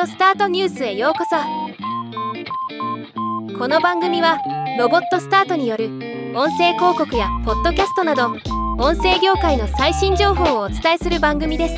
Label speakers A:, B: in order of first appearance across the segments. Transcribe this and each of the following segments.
A: オスタートニュースへようこそ。この番組はロボットスタートによる音声広告やポッドキャストなど音声業界の最新情報をお伝えする番組です。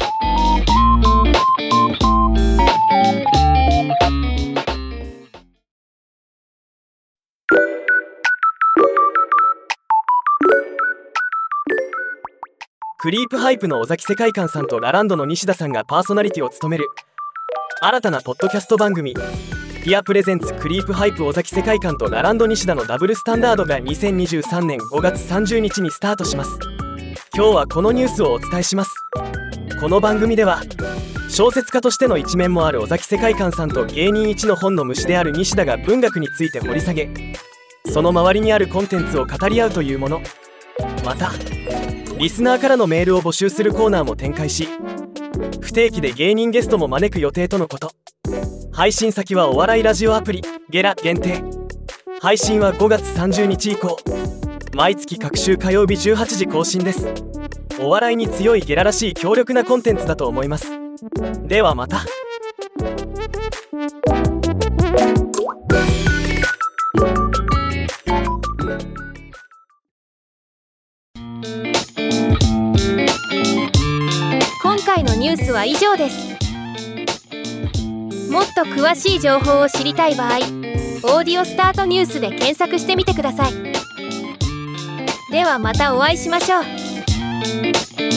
B: クリープハイプの尾崎世界観さんとラランドの西田さんがパーソナリティを務める新たなポッドキャスト番組ピアプレゼンツクリープハイプ尾崎世界観とラランド西田のダブルスタンダードが2023年5月30日にスタートします。今日はこのニュースをお伝えします。この番組では小説家としての一面もある尾崎世界観さんと芸人一の本の虫である西田が文学について掘り下げ、その周りにあるコンテンツを語り合うというもの。またリスナーからのメールを募集するコーナーも展開し、不定期で芸人ゲストも招く予定とのこと。配信先はお笑いラジオアプリゲラ限定。配信は5月30日以降、毎月各週火曜日18時更新です。お笑いに強いゲラらしい強力なコンテンツだと思います。ではまた。
A: 今回のニュースは以上です。もっと詳しい情報を知りたい場合、オーディオスタートニュースで検索してみてください。ではまたお会いしましょう。